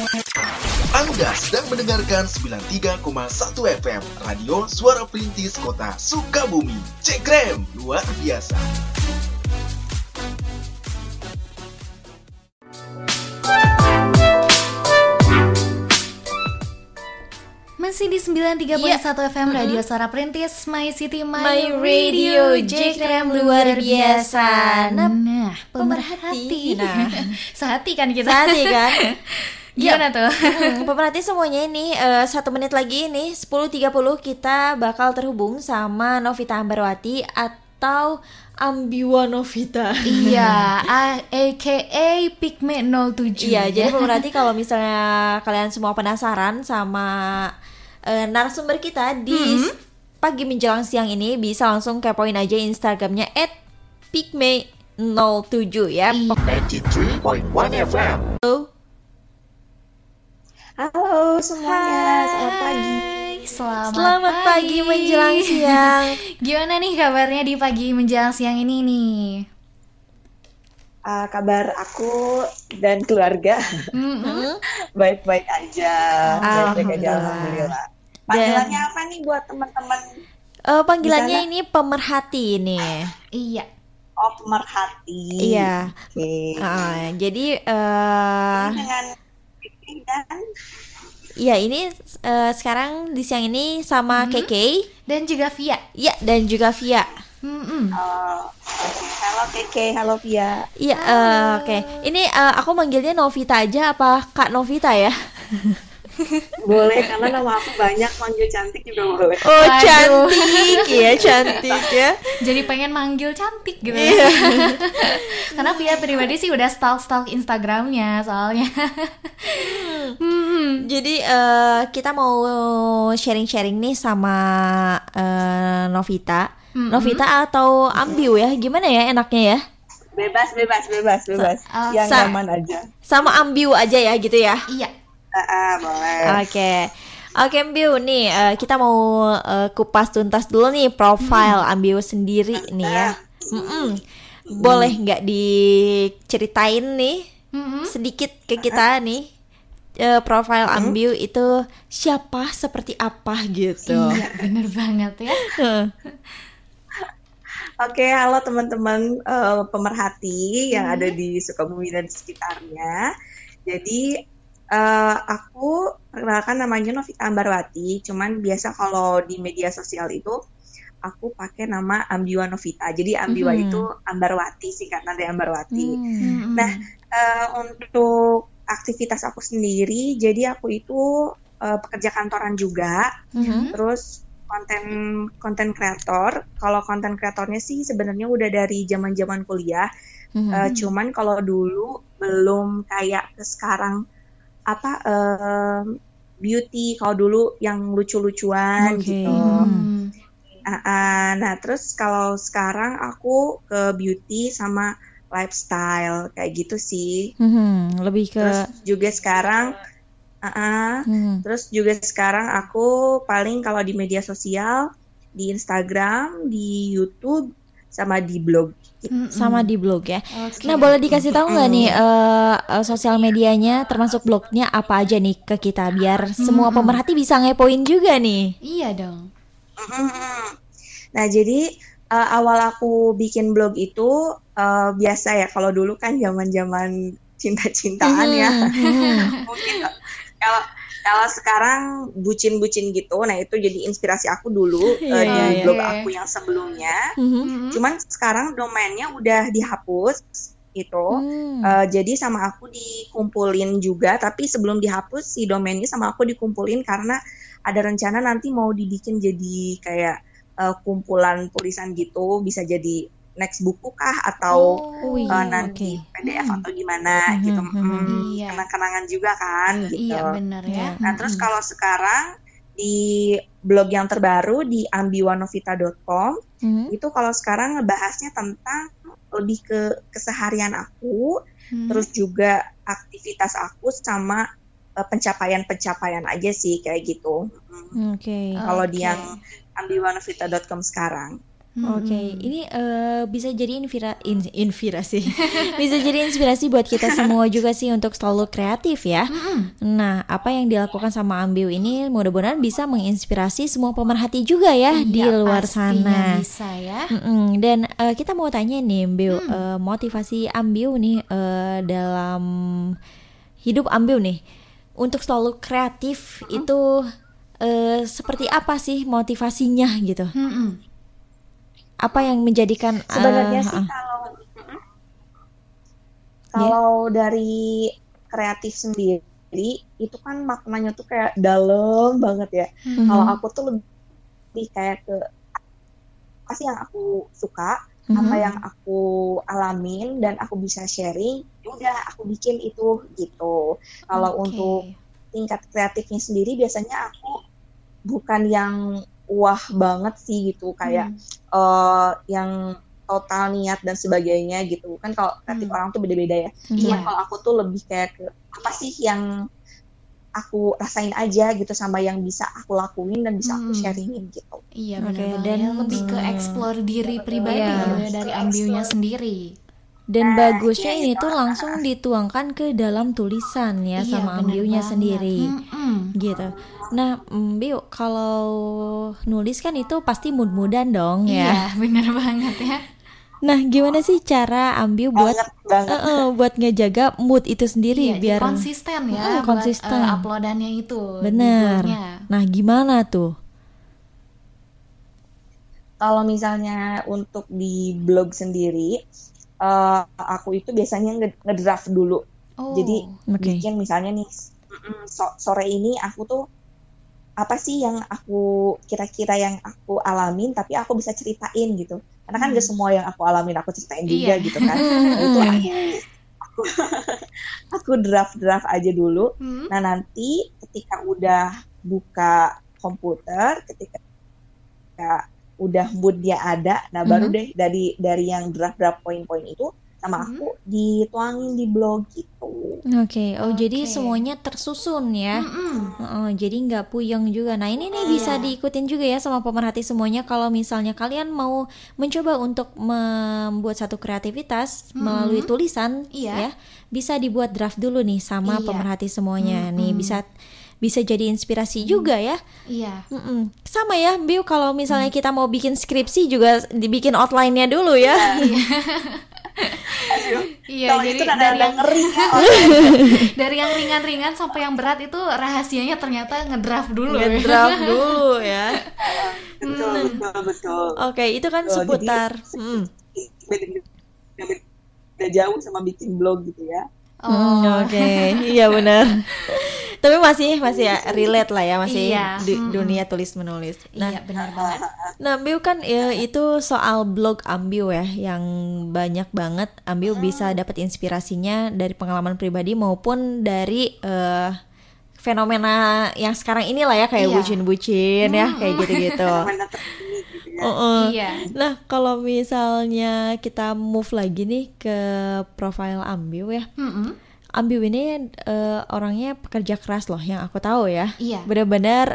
Anda sedang mendengarkan 93,1 FM Radio Suara Perintis Kota Sukabumi. Cekrem, luar biasa. Masih di 93.1 FM Radio Suara Perintis, My City, My Radio, Cekrem luar biasa. Nah, pemerhati. Nah, Sehati kan kita. Sehati kan. Gimana tuh? Pemerhati semuanya ini 1 menit lagi ini 10.30 kita bakal terhubung sama Novita Ambarwati atau Ambiwa Novita. Iya, aka Pigme 07. Iya, jadi pemerhati kalau misalnya kalian semua penasaran sama narasumber kita di pagi menjelang siang ini, bisa langsung kepoin aja Instagramnya @pigme07 ya. 93.1 FM. Halo semuanya, selamat pagi. Selamat pagi menjelang siang. Gimana nih kabarnya di pagi menjelang siang ini nih? Kabar aku dan keluarga baik-baik aja. Baik-baik aja, alhamdulillah. Panggilannya apa nih buat teman-teman? Panggilannya ini pemerhati ini. Iya. Oh, pemerhati. Iya. Oke. Jadi Dengan Vicky dan iya, ini sekarang di siang ini sama Keke Dan juga Via. ya, dan juga Via. oke. Halo Keke, halo Pia. Iya, oke. Ini aku manggilnya Novita aja apa Kak Novita ya? Boleh, karena nama aku banyak, manggil cantik juga boleh. Oh, Waduh. cantik ya, cantik ya. Jadi pengen manggil cantik gitu. Iya. Karena Via pribadi sih udah stalk Instagramnya soalnya. Jadi kita mau sharing-sharing nih sama Novita. Novita atau Ambiu ya? Gimana ya enaknya ya? Bebas. Yang Sa- nyaman aja. Sama Ambiu aja ya gitu ya? Iya. Boleh. Oke Ambiu nih kita mau kupas tuntas dulu nih profile Ambiu sendiri nih ya. Boleh nggak diceritain nih sedikit ke kita nih profile Ambiu itu siapa, seperti apa gitu? Iya, bener banget ya. Oke, halo teman-teman pemerhati yang ada di Sukabumi dan sekitarnya. Jadi aku perkenalkan namanya Novita Ambarwati, cuman biasa kalau di media sosial itu aku pakai nama Ambiwa Novita. Jadi Ambiwa itu Ambarwati, singkatan dari Ambarwati. Nah, untuk aktivitas aku sendiri, jadi aku itu pekerja kantoran juga, terus konten kreator. Kalau konten kreatornya sih sebenarnya udah dari zaman kuliah, cuman kalau dulu belum kayak sekarang beauty, kalau dulu yang lucu-lucuan gitu. Nah, terus kalau sekarang aku ke beauty sama lifestyle kayak gitu sih. Lebih ke Terus juga sekarang aku paling kalau di media sosial, di Instagram, di YouTube, sama di blog. sama di blog ya. Oke. Nah, boleh dikasih tahu nggak nih sosial medianya termasuk blognya apa aja nih ke kita biar semua pemerhati bisa ngepoin juga nih. Iya dong. Nah, jadi awal aku bikin blog itu biasa ya, kalau dulu kan zaman-zaman cinta-cintaan ya. Mungkin kalau sekarang bucin-bucin gitu, nah itu jadi inspirasi aku dulu di blog aku yang sebelumnya. Cuman sekarang domainnya udah dihapus itu. Jadi sama aku dikumpulin juga, tapi sebelum dihapus si domainnya sama aku dikumpulin karena ada rencana nanti mau dibikin jadi kayak kumpulan tulisan gitu, bisa jadi next buku kah atau nanti PDF atau gimana gitu. Kenang-kenangan juga kan gitu. Iya benar ya. Nah, terus kalau sekarang di blog yang terbaru di ambiwanovita.com itu kalau sekarang ngebahasnya tentang lebih ke keseharian aku, terus juga aktivitas aku sama pencapaian-pencapaian aja sih kayak gitu. Kalau di yang ambiwanovita.com sekarang. Oke, ini bisa jadi inspirasi, bisa jadi inspirasi buat kita semua juga sih untuk selalu kreatif ya. Nah, apa yang dilakukan sama Ambil ini mudah-mudahan bisa menginspirasi semua pemerhati juga ya di luar sana. Bisa ya. Dan kita mau tanya nih, Ambil, motivasi Ambil nih dalam hidup Ambil nih untuk selalu kreatif itu seperti apa sih motivasinya gitu? Apa yang menjadikan sebenarnya sih kalau dari kreatif sendiri itu kan maknanya tuh kayak dalam banget ya. Kalau aku tuh lebih kayak ke apa sih yang aku suka, apa yang aku alamin dan aku bisa sharing, udah aku bikin itu gitu. Kalau untuk tingkat kreatifnya sendiri biasanya aku bukan yang wah banget sih gitu, kayak yang total niat dan sebagainya gitu kan. Kalau kreatif orang tuh beda-beda ya. Cuma kalau aku tuh lebih kayak ke apa sih yang aku rasain aja gitu, sama yang bisa aku lakuin dan bisa aku sharingin gitu. Iya benar. Dan lebih ke explore diri pribadi ya, dari Ambilnya sendiri. Dan bagusnya ini tuh langsung dituangkan ke dalam tulisan ya sama Ambilnya sendiri gitu. Nah, Biu, kalau nulis kan itu pasti mood-moodan dong ya. Iya, benar banget ya. Nah, gimana sih cara Ambil buat buat ngejaga mood itu sendiri biar konsisten ya, konsisten buat uploadannya itu. Benar. Nah, gimana tuh? Kalau misalnya untuk di blog sendiri, aku itu biasanya ngedraft dulu. Jadi bikin misalnya nih sore ini aku tuh apa sih yang aku kira-kira yang aku alamin tapi aku bisa ceritain gitu. Karena kan gak semua yang aku alamin aku ceritain juga gitu kan. Itu aku draft aja dulu. Nah, nanti ketika udah buka komputer, ketika udah mood dia ada, nah baru deh dari yang draft poin-poin itu sama aku dituangin di blog gitu. Jadi semuanya tersusun ya. Jadi nggak puyeng juga. Nah ini nih bisa diikutin juga ya sama pemerhati semuanya. Kalau misalnya kalian mau mencoba untuk membuat satu kreativitas melalui tulisan, ya bisa dibuat draft dulu nih sama pemerhati semuanya. Nih bisa jadi inspirasi juga ya. Sama ya, Biu, kalau misalnya kita mau bikin skripsi juga dibikin outline-nya dulu ya. Iya, jadi dari yang ngeri ya. Dari yang ringan-ringan sampai yang berat itu rahasianya ternyata ngedraft dulu ya. Betul. Oke, itu kan seputar. Beda jauh sama bikin blog gitu ya. Iya benar. Tapi masih relate lah ya, masih dunia tulis menulis. Nah, benar banget. Nah, Ambil kan itu soal blog Ambil ya, yang banyak banget Ambil bisa dapat inspirasinya dari pengalaman pribadi maupun dari fenomena yang sekarang inilah ya, kayak bucin-bucin ya, kayak gitu-gitu. Nah, kalau misalnya kita move lagi nih ke profile Ambil ya. Ambil ini orangnya pekerja keras loh, yang aku tahu ya. Benar-benar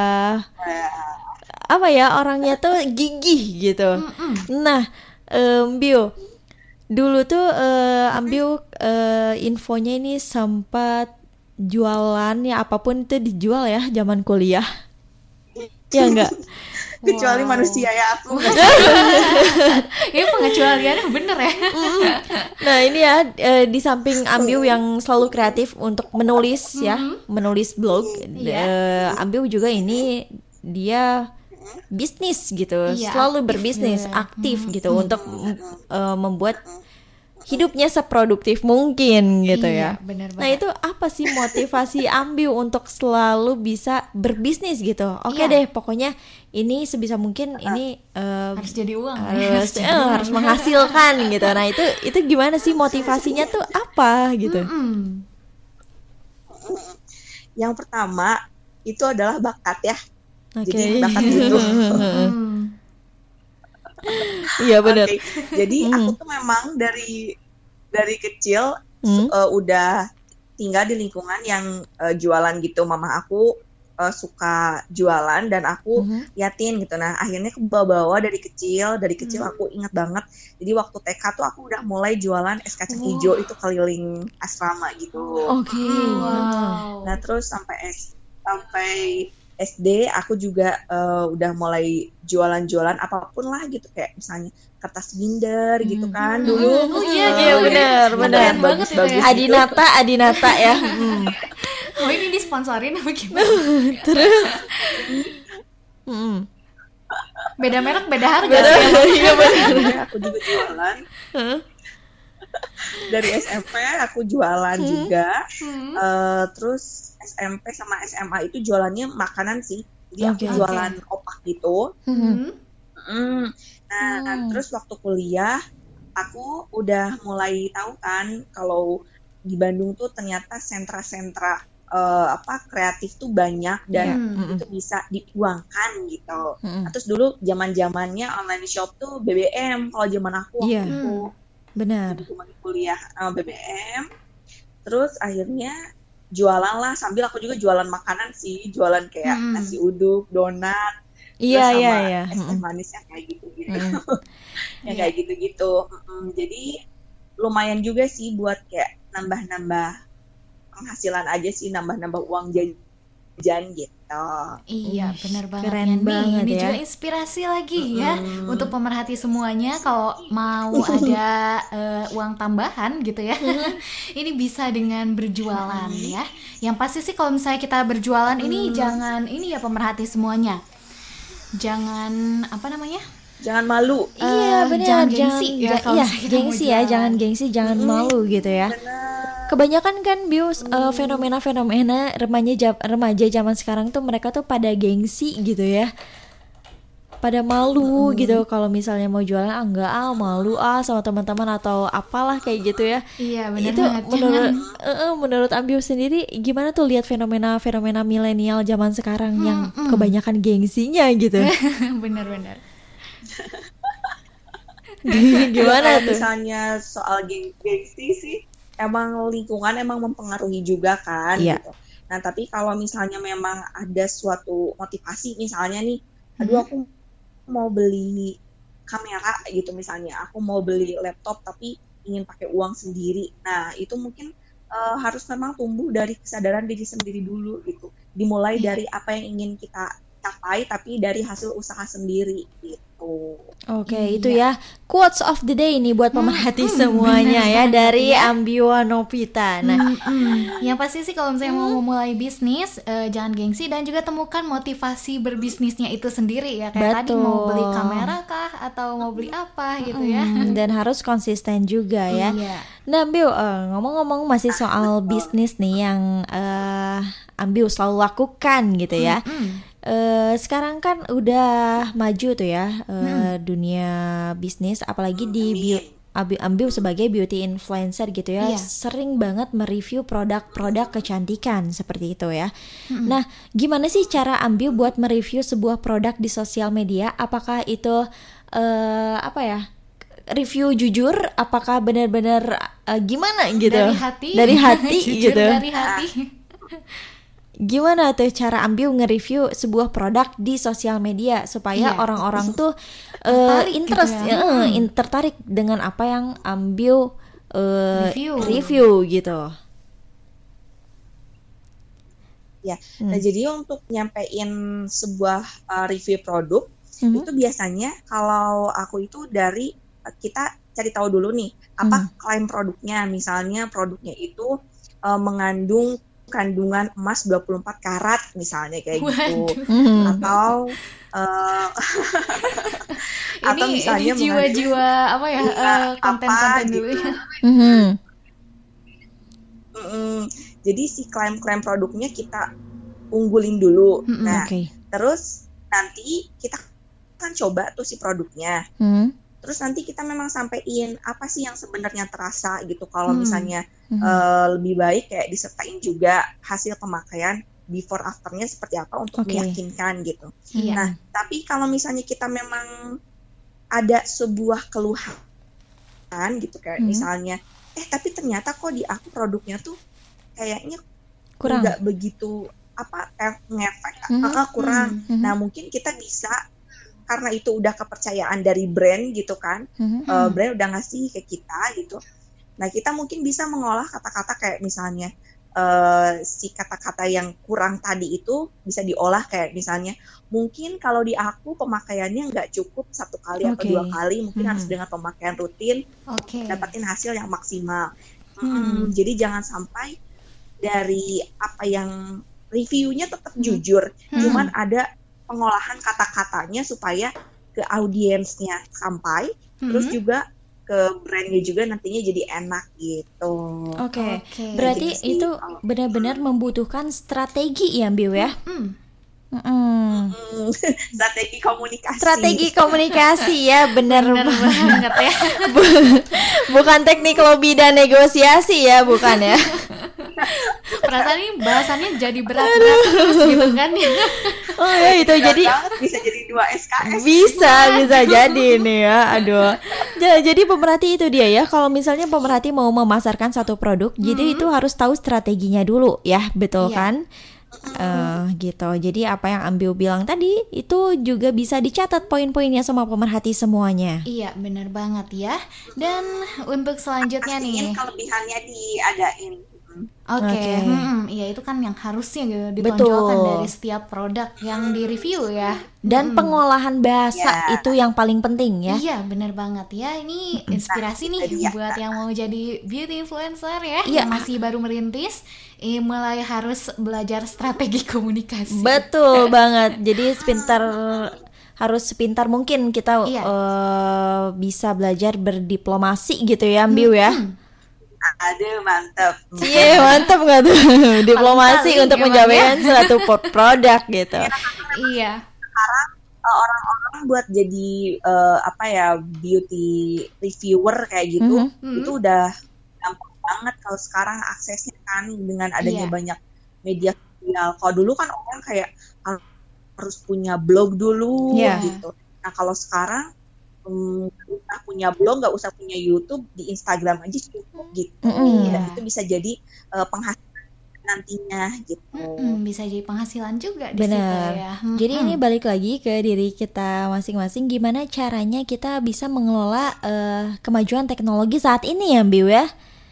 apa ya, orangnya tuh gigih gitu. Nah, Ambil dulu tuh Ambil infonya ini sempat jualan ya, apapun itu dijual ya zaman kuliah. Ya enggak? Kecuali manusia ya aku. Ini pengecualiannya bener ya. Nah ini ya, di samping Ambil yang selalu kreatif untuk menulis ya, menulis blog, Ambil juga ini dia bisnis gitu, selalu berbisnis, aktif gitu untuk membuat hidupnya seproduktif mungkin gitu ya. Bener banget. Nah itu apa sih motivasi Ambil untuk selalu bisa berbisnis gitu? Oke deh, pokoknya ini sebisa mungkin ini harus jadi uang, harus menghasilkan gitu. Nah itu gimana sih motivasinya tuh apa gitu? Yang pertama itu adalah bakat ya. Jadi bakat itu. Iya benar. Jadi aku tuh memang dari kecil udah tinggal di lingkungan yang jualan gitu. Mama aku suka jualan dan aku liatin gitu. Nah akhirnya ke bawah dari kecil aku ingat banget. Jadi waktu TK tuh aku udah mulai jualan es kacang hijau itu keliling asrama gitu. Wow. Nah terus sampai SD aku juga udah mulai jualan-jualan apapun lah gitu, kayak misalnya kertas binder gitu kan dulu. Iya benar. Banget itu ya. Adinata ya. Oh ini disponsorin apa gimana? Terus beda merek beda harga sih. Iya benar. Aku juga jualan. Dari SMP aku jualan juga. Terus SMP sama SMA itu jualannya makanan sih. Jadi aku jualan opak gitu. Nah, terus waktu kuliah aku udah mulai tahu kan kalau di Bandung tuh ternyata sentra-sentra kreatif tuh banyak dan itu bisa diuangkan gitu. Nah, terus dulu zaman-zamannya online shop tuh BBM kalau zaman aku waktu itu. Benar. Cuma kuliah BBM. Terus akhirnya jualan lah, sambil aku juga jualan makanan sih, jualan kayak nasi uduk, donat, Iya. es teh manis yang kayak gitu-gitu. Kayak gitu-gitu. Jadi lumayan juga sih buat kayak nambah-nambah penghasilan aja sih, nambah-nambah uang jajan gitu. Iya benar banget. Keren ya, banget ini ya. juga inspirasi lagi ya untuk pemerhati semuanya kalau mau ada uang tambahan gitu ya. Ini bisa dengan berjualan ya. Yang pasti sih kalau misalnya kita berjualan ini jangan ini ya pemerhati semuanya. Jangan apa namanya? Jangan malu. Iya benar. Jangan gengsi ya. Kalau misalnya kita mau Gengsi ya, jualan. jangan gengsi, jangan malu gitu ya. Kebanyakan kan Bius fenomena-fenomena remaja zaman sekarang tuh mereka tuh pada gengsi gitu ya, pada malu gitu kalau misalnya mau jualan malu sama teman-teman atau apalah kayak gitu ya. Iya benar Itu banget. menurut Ambius sendiri gimana tuh lihat fenomena milenial zaman sekarang yang kebanyakan gengsinya gitu. Benar-benar. Gimana tuh? Misalnya soal gengsi sih, emang lingkungan emang mempengaruhi juga kan gitu. Nah tapi kalau misalnya memang ada suatu motivasi, misalnya nih, aduh aku mau beli kamera gitu misalnya, aku mau beli laptop tapi ingin pakai uang sendiri. Nah itu mungkin harus memang tumbuh dari kesadaran diri sendiri dulu gitu. Dimulai dari apa yang ingin kita capai tapi dari hasil usaha sendiri gitu. Oke, itu ya quotes of the day nih buat pemerhati semuanya ya dari Ambio Novita. Nah, yang pasti sih kalau misalnya mau memulai bisnis jangan gengsi dan juga temukan motivasi berbisnisnya itu sendiri ya, kayak tadi mau beli kamera kah atau mau beli apa gitu ya. Dan harus konsisten juga ya. Nah, Ambio ngomong-ngomong masih soal bisnis nih yang Ambio selalu lakukan gitu ya. Sekarang kan udah maju tuh ya dunia bisnis, apalagi di Ambil sebagai beauty influencer gitu ya, sering banget mereview produk-produk kecantikan seperti itu ya. Nah, gimana sih cara Ambil buat mereview sebuah produk di sosial media? Apakah itu review jujur? Apakah benar-benar gimana gitu? Dari hati jujur gitu. Dari hati. Gimana tuh cara Ambil nge-review sebuah produk di sosial media supaya orang-orang tuh interest gitu tertarik dengan apa yang Ambil review gitu. Ya. Nah, jadi untuk nyampein sebuah review produk itu biasanya kalau aku itu dari kita cari tahu dulu nih apa klaim produknya. Misalnya produknya itu mengandung kandungan emas 24 karat misalnya kayak gitu. Atau atau misalnya ini jiwa-jiwa apa ya konten-konten gitu. dulu ya. Jadi si klaim-klaim produknya kita unggulin dulu. Nah, terus nanti kita kan coba tuh si produknya. Terus nanti kita memang sampein apa sih yang sebenarnya terasa gitu. Kalau misalnya lebih baik kayak disertain juga hasil pemakaian before afternya seperti apa untuk meyakinkan gitu. Nah, tapi kalau misalnya kita memang ada sebuah keluhan gitu kayak misalnya tapi ternyata kok di aku produknya tuh kayaknya kurang nggak begitu ngefek, kurang. Nah mungkin kita bisa, karena itu udah kepercayaan dari brand gitu kan, brand udah ngasih ke kita gitu. Nah kita mungkin bisa mengolah kata-kata kayak misalnya si kata-kata yang kurang tadi itu bisa diolah kayak misalnya mungkin kalau di aku pemakaiannya nggak cukup 1 kali atau 2 kali, mungkin harus dengan pemakaian rutin dapatin hasil yang maksimal. Jadi jangan sampai dari apa yang reviewnya tetap jujur, cuman ada pengolahan kata-katanya supaya ke audiensnya sampai, terus juga ke brandnya juga nantinya jadi enak gitu. Oke. Berarti gitu itu benar-benar membutuhkan strategi ya, Biu ya? Strategi komunikasi ya, benar banget ya. Bukan teknik lobby dan negosiasi ya, bukan ya? Perasaan ini bahasannya jadi berat-berat terus gitu kan ya. Oh ya itu jadi bisa jadi 2 SKS. Bisa jadi nih ya. Aduh. Jadi pemerhati itu dia ya. Kalau misalnya pemerhati mau memasarkan satu produk, jadi itu harus tahu strateginya dulu ya, betul kan? Gitu. Jadi apa yang Ambil bilang tadi itu juga bisa dicatat poin-poinnya sama pemerhati semuanya. Iya, benar banget ya. Dan untuk selanjutnya nih, kelebihannya diadain. Oke. Iya itu kan yang harusnya gitu ditonjolkan dari setiap produk yang di-review ya. Dan pengolahan bahasa itu yang paling penting ya. Iya, benar banget ya. Ini inspirasi nih buat yang mau jadi beauty influencer ya, yang masih baru merintis, mulai harus belajar strategi komunikasi. Betul banget. Jadi harus sepintar mungkin kita bisa belajar berdiplomasi gitu ya, Ambil ya. Aduh, mantap. Iya, mantap nggak tuh diplomasi untuk menjabarkan suatu produk gitu. Iya. Sekarang orang-orang buat jadi beauty reviewer kayak gitu, itu udah gampang banget kalau sekarang aksesnya kan dengan adanya banyak media sosial. Kalau dulu kan orang kayak harus punya blog dulu gitu. Nah kalau sekarang nggak usah punya blog, nggak usah punya YouTube, di Instagram aja cukup gitu. Dan itu bisa jadi penghasilan nantinya gitu. Bisa jadi penghasilan juga di situ ya. Jadi ini balik lagi ke diri kita masing-masing, gimana caranya kita bisa mengelola kemajuan teknologi saat ini ya, Mbiu ya.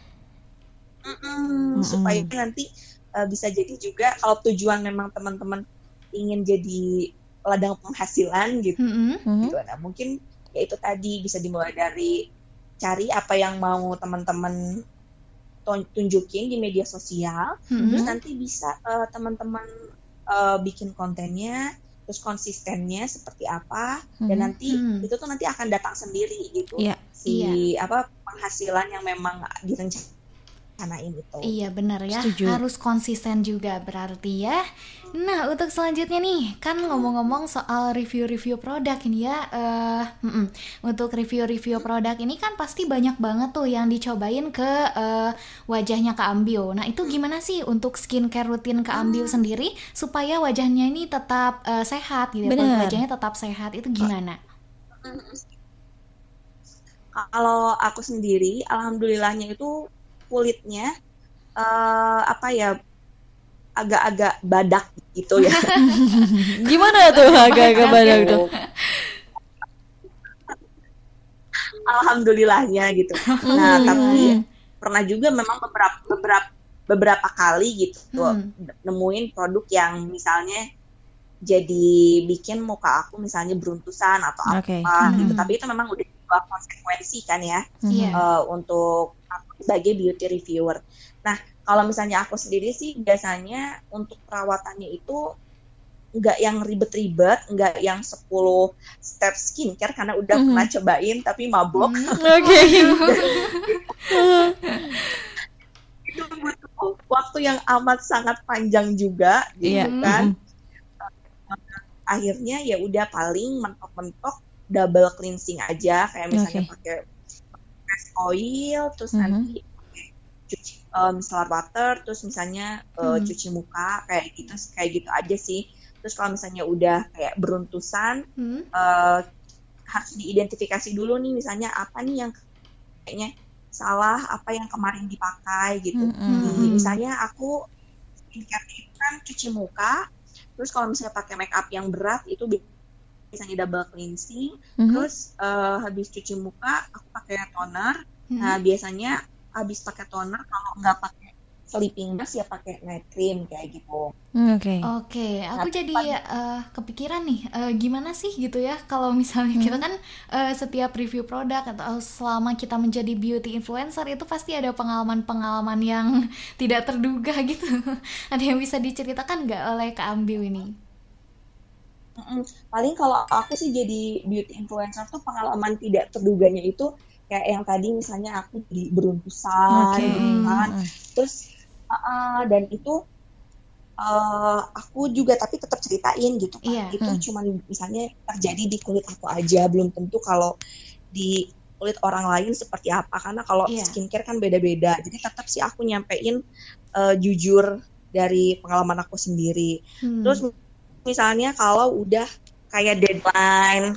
Supaya nanti bisa jadi juga kalau tujuan memang teman-teman ingin jadi ladang penghasilan gitu. Gitu. Nah mungkin ya itu tadi bisa dimulai dari cari apa yang mau teman-teman tunjukin di media sosial, terus nanti bisa teman-teman bikin kontennya, terus konsistennya seperti apa, dan nanti itu tuh nanti akan datang sendiri gitu, penghasilan yang memang direncanain itu. Iya benar ya. Setuju. Harus konsisten juga berarti ya. Nah untuk selanjutnya nih, kan ngomong-ngomong soal review-review produk ini ya, untuk review-review produk ini kan pasti banyak banget tuh yang dicobain ke wajahnya Kak Ambil. Nah itu gimana sih untuk skincare rutin Kak Ambil sendiri supaya wajahnya ini tetap sehat gitu, wajahnya tetap sehat, itu gimana? Kalau aku sendiri, alhamdulillahnya itu kulitnya agak-agak badak gitu ya. Gimana tuh agak-agak badak tuh? Alhamdulillahnya gitu. Nah tapi pernah juga memang beberapa kali gitu nemuin produk yang misalnya jadi bikin muka aku misalnya beruntusan atau apa gitu. Tapi itu memang udah sebuah konsekuensi kan ya untuk aku sebagai beauty reviewer. Nah kalau misalnya aku sendiri sih biasanya untuk perawatannya itu nggak yang ribet-ribet, nggak yang 10 step skincare karena udah pernah cobain tapi mabok. Itu butuh waktu yang amat sangat panjang juga gitu kan. Akhirnya ya udah paling mentok-mentok double cleansing aja, kayak misalnya pakai face oil, terus nanti cuci micellar water, terus misalnya cuci muka kayak gitu aja sih. Terus kalau misalnya udah kayak beruntusan, harus diidentifikasi dulu nih misalnya apa nih yang kayaknya salah, apa yang kemarin dipakai gitu. Misalnya aku skincare kita kan cuci muka, terus kalau misalnya pakai make up yang berat itu biasanya double cleansing, terus habis cuci muka aku pakai toner. Nah biasanya habis pakai toner, kalau nggak pakai sleeping mask ya pakai night cream kayak gitu. Oke, aku jadi kepikiran nih, gimana sih gitu ya kalau misalnya kita kan setiap review produk atau selama kita menjadi beauty influencer itu pasti ada pengalaman-pengalaman yang tidak terduga gitu. Ada yang bisa diceritakan nggak oleh Kak Ambiu ini? Paling kalau aku sih jadi beauty influencer tuh pengalaman tidak terduganya itu kayak yang tadi misalnya aku jadi beruntusan gitu kan. Terus dan itu aku juga tapi tetap ceritain gitu kan. Itu cuman misalnya terjadi di kulit aku aja, belum tentu kalau di kulit orang lain seperti apa, karena kalau skincare kan beda-beda. Jadi tetap sih aku nyampein jujur dari pengalaman aku sendiri. Terus misalnya kalau udah kayak deadline,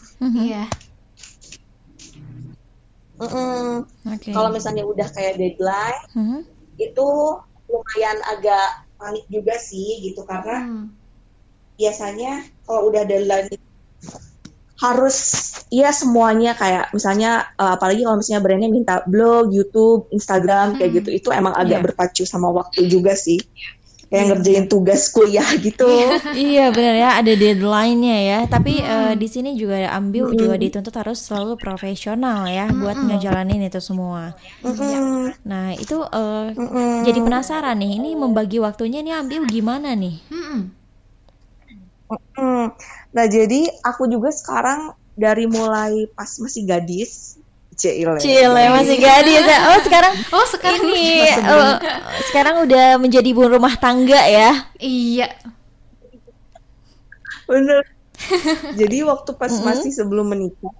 kalau misalnya udah kayak deadline, itu lumayan agak panik juga sih gitu, karena biasanya kalau udah deadline harus semuanya kayak misalnya apalagi kalau misalnya brandnya minta blog, YouTube, Instagram kayak gitu, itu emang agak berpacu sama waktu juga sih. Kayak ngerjain tugas kuliah gitu. Iya benar ya, ada deadline-nya ya. Tapi di sini juga Ambiu juga dituntut harus selalu profesional ya buat ngejalanin itu semua. Nah itu jadi penasaran nih, ini membagi waktunya nih Ambiu gimana nih? Nah jadi aku juga sekarang dari mulai pas masih gadis, Cile masih gadis ya. Sekarang ini sekarang udah menjadi ibu rumah tangga ya. Iya. Bener. Jadi waktu pas masih sebelum menikah,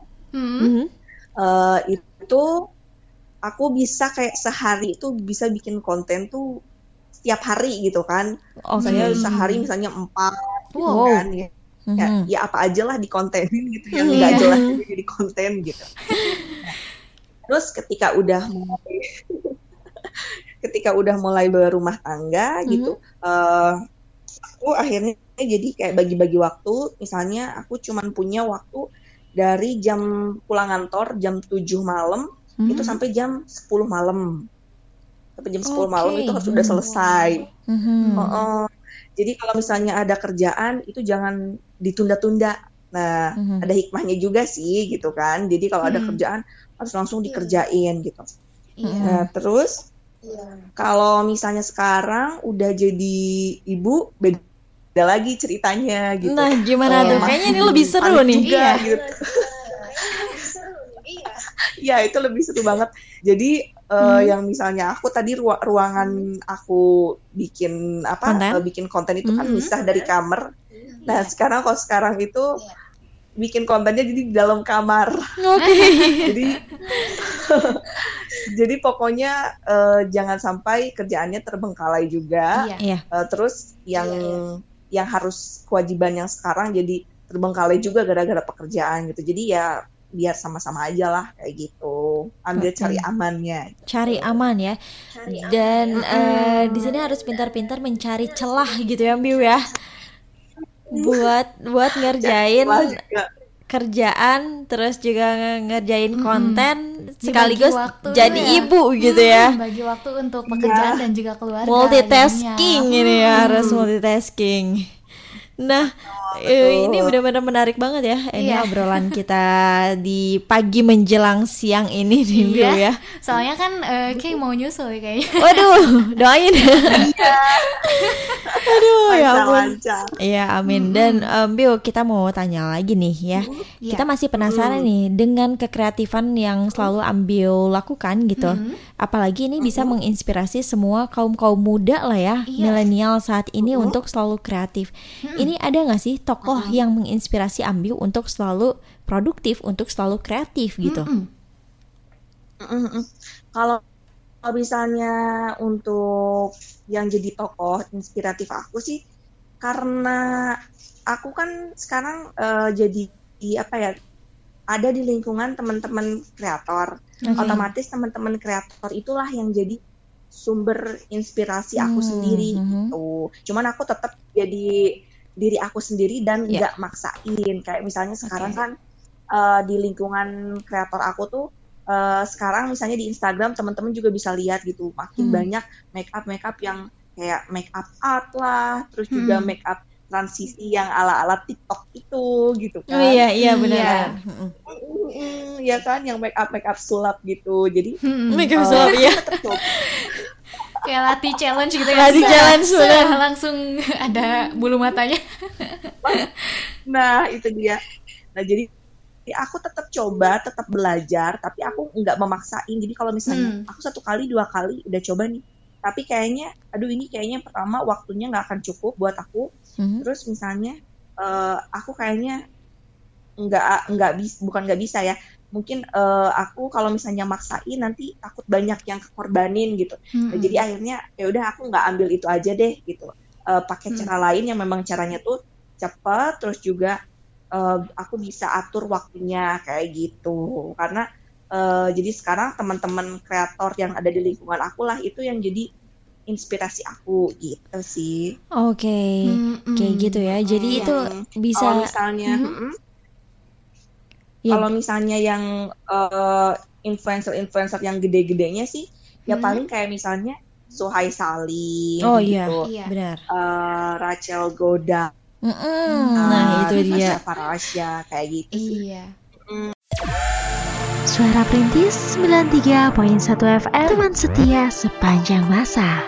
itu aku bisa kayak sehari itu bisa bikin konten tuh setiap hari gitu kan. Misalnya sehari misalnya 4 gitu kan ya. Ya apa aja lah dikontenin gitu yang nggak jelas jadi konten gitu. Terus ketika udah mulai berumah tangga gitu, aku akhirnya jadi kayak bagi-bagi waktu. Misalnya aku cuman punya waktu dari jam pulang kantor jam 7 malam itu sampai jam 10 malam. Sampai jam 10 malam itu harus sudah selesai. Jadi kalau misalnya ada kerjaan itu jangan ditunda-tunda. Nah, ada hikmahnya juga sih gitu kan. Jadi kalau ada kerjaan harus langsung dikerjain gitu. Nah, terus kalau misalnya sekarang udah jadi ibu, beda lagi ceritanya gitu. Nah, gimana tuh? Kayaknya ini lebih seru nih. Juga, gitu. Ya, itu lebih seru banget. Jadi yang misalnya aku tadi ruangan aku bikin bikin konten itu kan misah dari kamar. Nah, sekarang itu bikin kontennya jadi di dalam kamar. Jadi pokoknya jangan sampai kerjaannya terbengkalai juga. Terus yang harus kewajiban yang sekarang jadi terbengkalai juga gara-gara pekerjaan gitu. Jadi ya biar sama-sama aja lah kayak gitu. Ambil cari amannya. Cari aman ya. Dan di sini harus pintar-pintar mencari celah gitu ya, Ambiu ya. Buat ngerjain kerjaan, terus juga ngerjain konten sekaligus jadi ibu gitu ya. Bagi waktu untuk pekerjaan dan juga keluarga. Multitasking ini ya, harus multitasking. Nah, ini benar-benar menarik banget ya. Ini obrolan kita di pagi menjelang siang ini nih, Biu ya. Soalnya kan kayak mau nyusul kayaknya. Waduh, doain. Aduh, ya ampun. Iya, amin. Dan Biu, kita mau tanya lagi nih ya. Kita masih penasaran nih dengan kekreatifan yang selalu Ambiu lakukan gitu. Apalagi ini bisa menginspirasi semua kaum muda lah ya, milenial saat ini untuk selalu kreatif. Ini ada nggak sih tokoh yang menginspirasi Ambiu untuk selalu produktif, untuk selalu kreatif gitu? Kalau misalnya untuk yang jadi tokoh inspiratif aku sih, karena aku kan sekarang jadi ada di lingkungan teman-teman kreator. Otomatis teman-teman kreator itulah yang jadi sumber inspirasi aku sendiri gitu. Cuman aku tetap jadi diri aku sendiri dan nggak maksain. Kayak misalnya sekarang kan di lingkungan kreator aku tuh sekarang misalnya di Instagram teman-teman juga bisa lihat gitu, makin banyak make up yang kayak make up art lah, terus juga make up transisi yang ala-ala TikTok itu gitu kan. Oh iya benar. Ya kan, yang make up sulap gitu. Jadi make up sulap ya. Kayak latih challenge gitu ya. Latih challenge benar. Langsung ada bulu matanya. Nah, itu dia. Nah, jadi aku tetap coba, tetap belajar, tapi aku nggak memaksain. Jadi kalau misalnya aku 1 kali 2 kali udah coba nih, tapi kayaknya ini kayaknya pertama waktunya nggak akan cukup buat aku. Terus misalnya aku kayaknya bukan nggak bisa ya, mungkin aku kalau misalnya maksain nanti takut banyak yang kekorbanin gitu. Nah, jadi akhirnya ya udah aku nggak ambil itu aja deh gitu, pakai cara lain yang memang caranya tuh cepat, terus juga aku bisa atur waktunya kayak gitu. Karena jadi sekarang teman-teman kreator yang ada di lingkungan aku lah itu yang jadi inspirasi aku gitu sih. Oke. Kayak gitu ya. Jadi itu bisa kalau misalnya kalau misalnya yang influencer yang gede-gedenya sih ya paling kayak misalnya Suhai Salim gitu. Iya, benar. Rachel Goda. Nah, itu dia. Farasya kayak gitu sih. Iya. Suara Perintis 93.1 FM, teman setia sepanjang masa.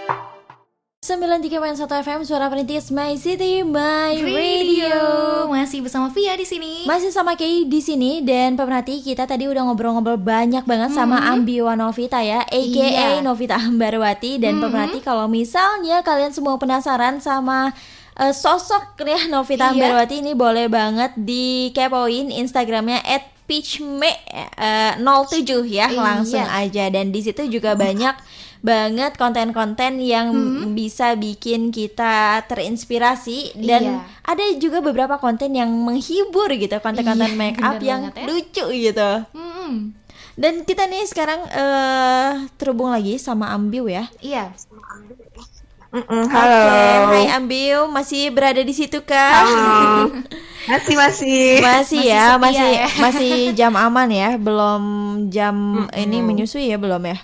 93.1 FM Suara Perintis, My City, My Radio. Masih bersama Via di sini. Masih sama Kay di sini, dan pemerhati kita tadi udah ngobrol-ngobrol banyak banget sama Ambiwa Novita ya, aka Novita Ambarwati. Dan pemerhati, kalau misalnya kalian semua penasaran sama sosok ya Novita Ambarwati ini, boleh banget dikepoin Instagramnya @peachme07 ya, langsung aja. Dan di situ juga banyak banget konten-konten yang bisa bikin kita terinspirasi, dan ada juga beberapa konten yang menghibur gitu, konten-konten make up yang lucu gitu. Dan kita nih sekarang terhubung lagi sama Ambiu ya. Iya. Halo. Hai Ambiu, masih berada di situ kah? Halo. Masih ya, masih jam aman ya, belum jam ini menyusui ya, belum ya?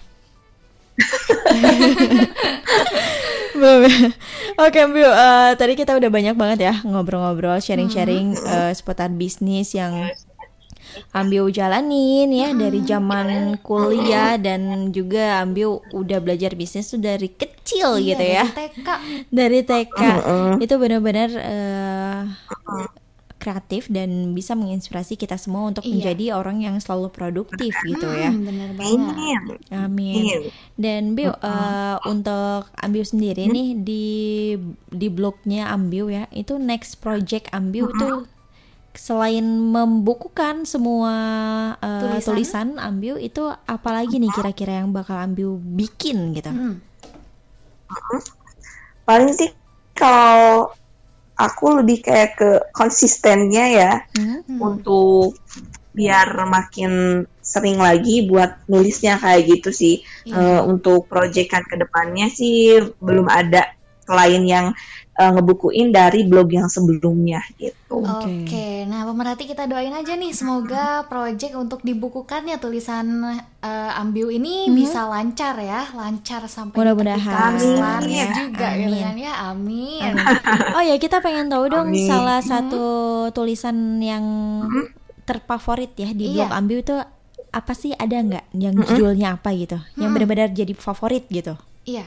Belum ya. Oke Ambiu, tadi kita udah banyak banget ya ngobrol-ngobrol, sharing-sharing seputar bisnis yang Ambiu jalanin ya dari zaman kuliah, dan juga Ambiu udah belajar bisnis tuh dari kecil gitu ya. Dari TK. Itu benar-benar kreatif dan bisa menginspirasi kita semua untuk menjadi orang yang selalu produktif gitu ya. Benar banget. Amin. Dan Ambiu, untuk Ambiu sendiri nih di blognya Ambiu ya, itu next project Ambiu tuh selain membukukan semua tulisan Ambiu, itu apalagi nih kira-kira yang bakal Ambiu bikin gitu? Paling sih kalau aku lebih kayak ke konsistennya ya, untuk biar makin sering lagi buat nulisnya kayak gitu sih. Untuk proyekan kedepannya sih belum ada selain yang ngebukuin dari blog yang sebelumnya gitu. Oke, nah pemerhati kita doain aja nih, semoga project untuk dibukukannya tulisan Ambiu ini bisa lancar ya, lancar sampai mudah-mudahan laris juga gitu kan ya, amin. Oh ya, kita pengen tahu dong salah satu tulisan yang terfavorit ya di blog Ambiu itu apa sih, ada nggak yang judulnya apa gitu, yang benar-benar jadi favorit gitu? Iya.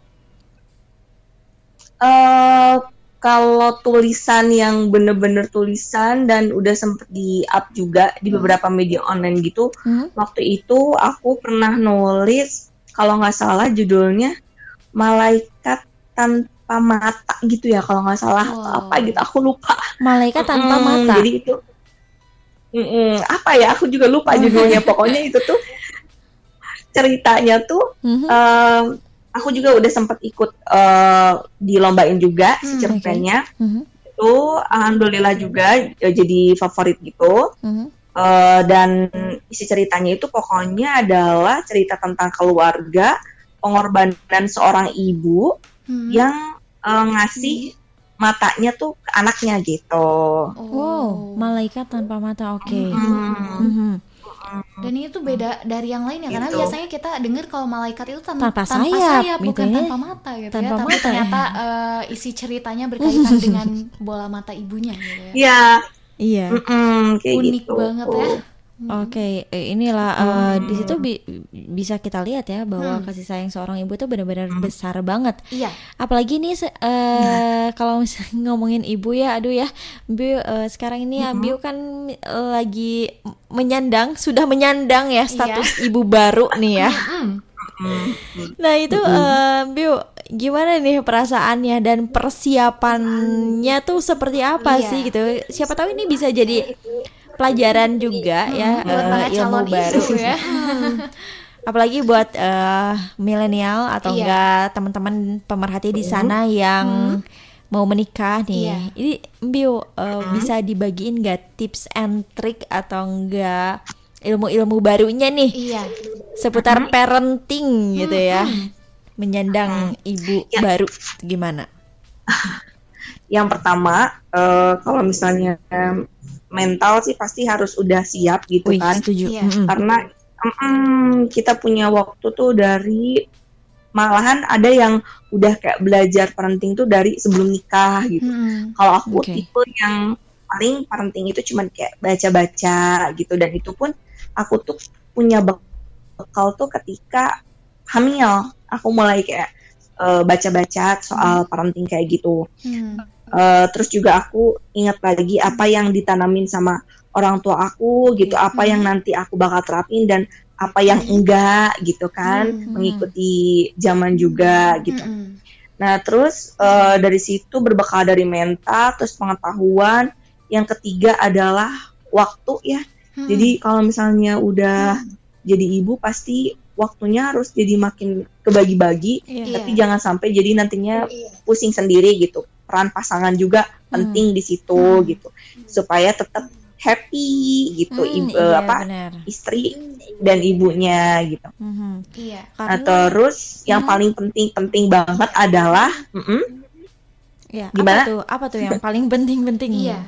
Kalau tulisan yang bener-bener tulisan dan udah sempet di-up juga di beberapa media online gitu, waktu itu aku pernah nulis, kalau nggak salah judulnya Malaikat Tanpa Mata gitu ya, kalau nggak salah atau apa gitu, aku lupa. Malaikat Tanpa Mata. Jadi itu apa ya, aku juga lupa judulnya. Pokoknya itu tuh ceritanya tuh aku juga udah sempat ikut dilombain juga si ceritanya. Itu alhamdulillah juga jadi favorit gitu. Dan isi ceritanya itu pokoknya adalah cerita tentang keluarga pengorbanan seorang ibu yang ngasih matanya tuh ke anaknya gitu. Wow, malaikat tanpa mata, oke. Dan ini tuh beda dari yang lain ya, karena Gitu. biasanya kita dengar kalau malaikat itu Tanpa tanpa sayap, gitu bukan ya. tanpa mata gitu Tanpa ya. Tapi mata, ternyata isi ceritanya berkaitan dengan bola mata ibunya gitu ya. Iya, Iya. kayak Unik gitu. banget ya. Oke, inilah di situ bisa kita lihat ya bahwa kasih sayang seorang ibu itu benar-benar besar banget. Iya. Apalagi nih kalau misalnya ngomongin ibu ya, aduh ya, Biu, sekarang ini Biu kan lagi sudah menyandang ya status ibu baru nih ya. Nah itu Biu, gimana nih perasaannya dan persiapannya tuh seperti apa sih gitu? Siapa tahu ini bisa jadi pelajaran juga ya, buat para ilmu calon baru ibu ya. Apalagi buat milenial atau enggak teman-teman pemerhati di sana yang mau menikah nih. Iya. Ini Biu bisa dibagiin nggak tips and trick atau enggak ilmu-ilmu barunya nih Iya. seputar parenting gitu ya, menyandang ibu baru gimana? Yang pertama, kalau misalnya mental sih pasti harus udah siap gitu Wih, kan. setuju. Iya. Karena kita punya waktu tuh malahan ada yang udah kayak belajar parenting tuh dari sebelum nikah gitu. Kalau aku Oke. tipe yang paling parenting itu cuman kayak baca-baca gitu, dan itu pun aku tuh punya bekal tuh ketika hamil. Aku mulai kayak baca-baca soal parenting kayak gitu. Terus juga aku ingat lagi apa yang ditanamin sama orang tua aku gitu, apa yang nanti aku bakal terapin dan apa yang enggak gitu kan, mengikuti zaman juga gitu. Nah terus dari situ berbekal dari mental, terus pengetahuan. Yang ketiga adalah waktu ya. Jadi kalau misalnya udah jadi ibu pasti waktunya harus jadi makin kebagi-bagi, tapi jangan sampai jadi nantinya pusing sendiri gitu. Peran pasangan juga penting di situ gitu, supaya tetap happy gitu, Benar. istri dan ibunya gitu. Iya. Nah terus yang paling penting banget adalah Ya, Gimana? Apa tuh yang paling penting-penting? Iya.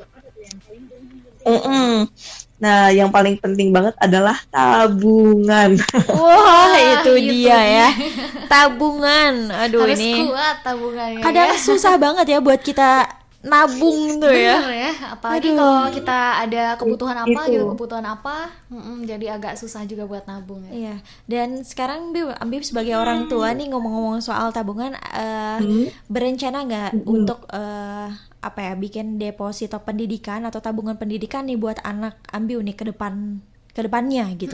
Nah yang paling penting banget adalah tabungan. Wah, itu itu dia ya. Tabungan. Aduh, Harus ini kuat tabungannya. kadang ya. susah banget ya buat kita nabung tuh ya. Bener ya, apalagi Aduh. kalau kita ada kebutuhan apa Itu. gitu, kebutuhan apa, jadi agak susah juga buat nabung ya. Iya. Dan sekarang Ambib sebagai orang tua nih ngomong-ngomong soal tabungan, berencana nggak untuk bikin deposito pendidikan atau tabungan pendidikan nih buat anak Ambiu nih kedepannya gitu.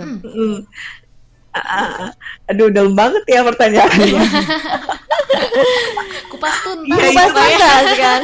Aduh dalam banget ya pertanyaannya. Kupas tuntas. Iya, Kupas iya. tuntas kan.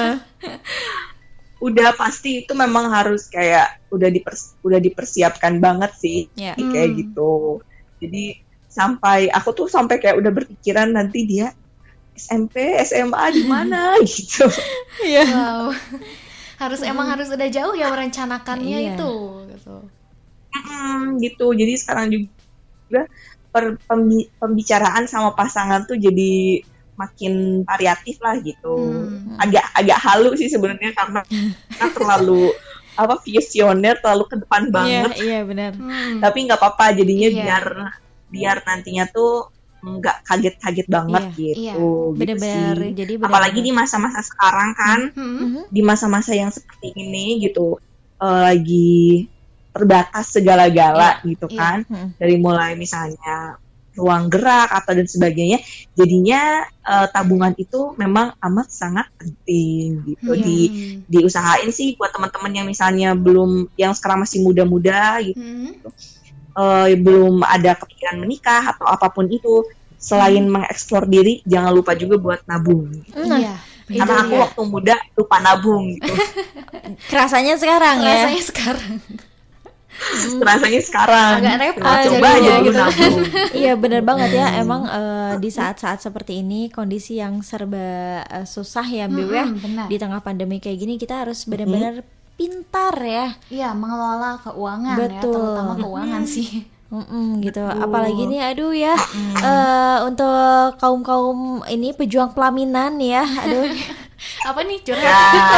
Udah pasti itu memang harus kayak udah dipersiapkan banget sih, Ya. kayak gitu. Jadi aku tuh sampai kayak udah berpikiran nanti dia SMP, SMA di mana gitu. Wow. Emang harus udah jauh ya merencanakannya Iya. itu gitu. Gitu. Jadi sekarang juga pembicaraan sama pasangan tuh jadi makin variatif lah gitu. Agak halu sih sebenarnya karena kita terlalu visioner, terlalu ke depan banget. Iya, benar. Tapi nggak apa-apa jadinya Iya. biar nantinya tuh nggak kaget-kaget banget Iya. gitu. Benar-benar. Gitu sih. Jadi Apalagi di masa-masa sekarang kan, di masa-masa yang seperti ini gitu, lagi terbatas segala-gala gitu kan. Dari mulai misalnya ruang gerak atau dan sebagainya, jadinya tabungan itu memang amat sangat penting gitu. Diusahain sih buat teman-teman yang misalnya yang sekarang masih muda-muda gitu, belum ada kepikiran menikah atau apapun itu, selain mengeksplor diri, jangan lupa juga buat nabung. Iya. Karena aku waktu muda lupa nabung gitu. Kerasanya sekarang ya. Rasanya sekarang Rasanya sekarang agak repot Nah, coba jadinya aja dulu gitu. nabung. Iya benar banget ya. Emang di saat-saat seperti ini kondisi yang serba susah ya Mbak ya. benar. Di tengah pandemi kayak gini kita harus benar-benar pintar ya. Iya, mengelola keuangan Betul. ya, terutama keuangan sih. Gitu. Apalagi nih, aduh ya, untuk kaum ini pejuang pelaminan ya, aduh. Apa nih curhat?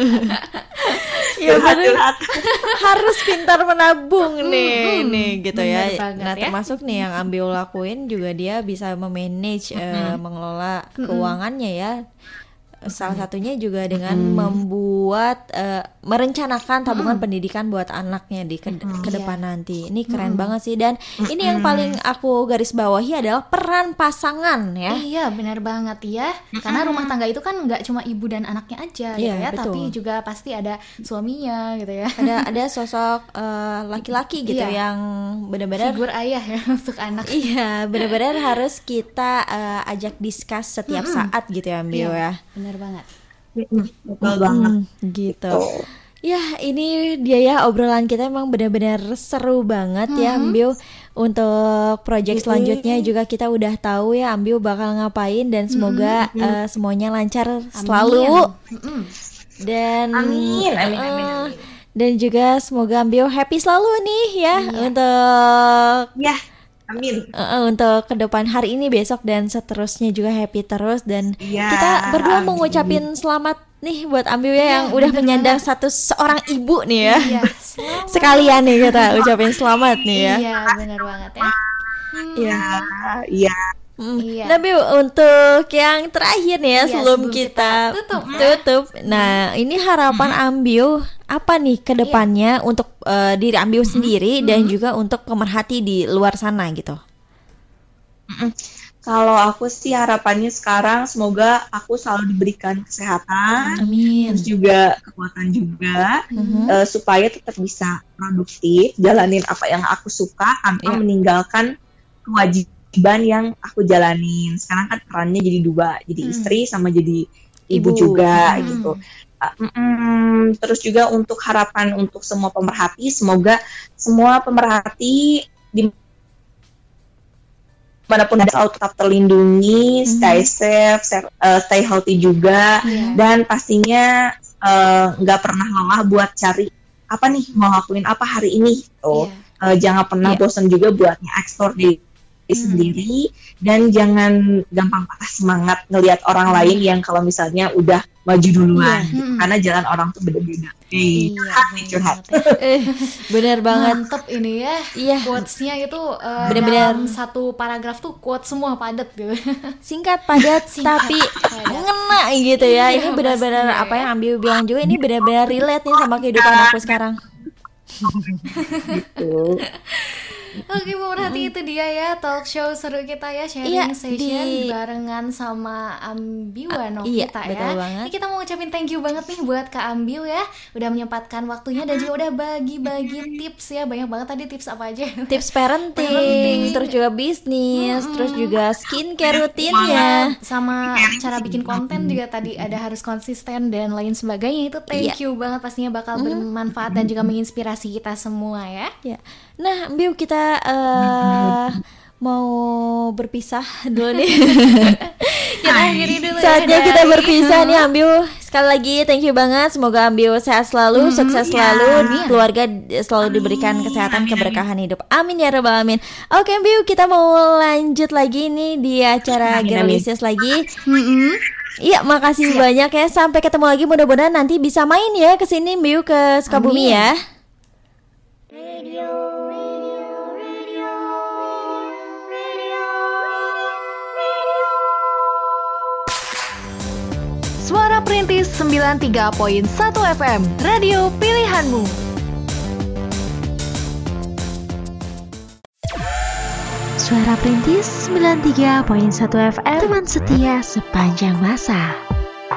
Ya bener, harus pintar menabung nih gitu ya. Nah termasuk nih yang Ambil lakuin juga, dia bisa memanage, mengelola keuangannya ya. Salah satunya juga dengan membuat merencanakan tabungan pendidikan buat anaknya di ke depan nanti. Ini keren banget sih. Dan ini yang paling aku garis bawahi adalah peran pasangan ya. Iya benar banget ya. Karena rumah tangga itu kan nggak cuma ibu dan anaknya aja gitu ya, betul. tapi juga pasti ada suaminya gitu ya. Ada sosok laki-laki gitu yang benar-benar figur ayah ya untuk anak. Iya, benar-benar harus kita ajak discuss setiap saat gitu ya, Ambil ya. Benar banget. Betul banget. Gitu. Ya, ini dia ya, obrolan kita emang benar-benar seru banget ya, Ambil. Untuk project selanjutnya juga kita udah tahu ya Ambil bakal ngapain, dan semoga semuanya lancar selalu. Dan Amin. Dan juga semoga Ambil happy selalu nih ya untuk amin. Untuk ke depan hari ini, besok dan seterusnya juga happy terus. Dan kita berdua mau ngucapin selamat nih buat Ambil ya, yang udah menyandang status seorang ibu nih ya. Iya, sekalian nih kita ucapin selamat nih ya. Iya, benar banget ya. Iya. Nah, Biu, untuk yang terakhir nih ya, sebelum kita tutup. Nah, ini harapan Ambil apa nih ke depannya untuk diri Ambil sendiri dan juga untuk pemerhati di luar sana gitu. Kalau aku sih harapannya sekarang semoga aku selalu diberikan kesehatan, terus juga kekuatan juga, supaya tetap bisa produktif, jalanin apa yang aku suka tanpa meninggalkan kewajiban yang aku jalanin. Sekarang kan perannya jadi dua, jadi istri sama jadi ibu juga gitu. Terus juga untuk harapan untuk semua pemerhati, semoga semua pemerhati dimanapun ada selalu tetap terlindungi, stay safe, stay healthy juga, dan pastinya nggak pernah lelah buat cari apa nih, mau lakuin apa hari ini gitu. Jangan pernah bosan juga buat nge-explore diri sendiri, dan jangan gampang patah semangat ngelihat orang lain yang kalau misalnya udah maju duluan gitu. Karena jalan orang tuh beda-beda. Curhat. Bener banget. Mantep ini ya. Quotes-nya itu bener-bener dalam satu paragraf tuh quote semua padat gitu. Singkat, padat, tapi ngena gitu ya. Ini benar-benar apa yang Ambil bilang juga, ini benar-benar relate nih sama kehidupan aku sekarang. Gitu. Oke, pemerhati, itu dia ya talk show seru kita ya, sharing session barengan sama Ambiwa Novita ya. Ini kita mau ngucapin thank you banget nih buat Kak Ambil ya, udah menyempatkan waktunya dan juga udah bagi-bagi tips ya. Banyak banget tadi tips apa aja. Tips parenting, terus juga bisnis, terus juga skincare rutinnya, sama cara bikin konten juga tadi ada harus konsisten dan lain sebagainya. Itu thank you banget, pastinya bakal bermanfaat dan juga menginspirasi kita semua ya. Nah, Ambil, kita mau berpisah dulu nih. Kita akhiri dulu. Saatnya kita berpisah nih, Ambil. Sekali lagi thank you banget. Semoga Ambil sehat selalu, sukses selalu, keluarga selalu diberikan kesehatan, keberkahan hidup. Amin ya rabbal alamin. Oke, Ambil, kita mau lanjut lagi nih di acara Girlicious lagi. Iya, makasih banyak ya. Sampai ketemu lagi, mudah-mudahan nanti bisa main ya ke sini, Ambil, ke Sukabumi ya. Suara Perintis 93.1 FM, radio pilihanmu. Suara Perintis 93.1 FM, teman setia sepanjang masa.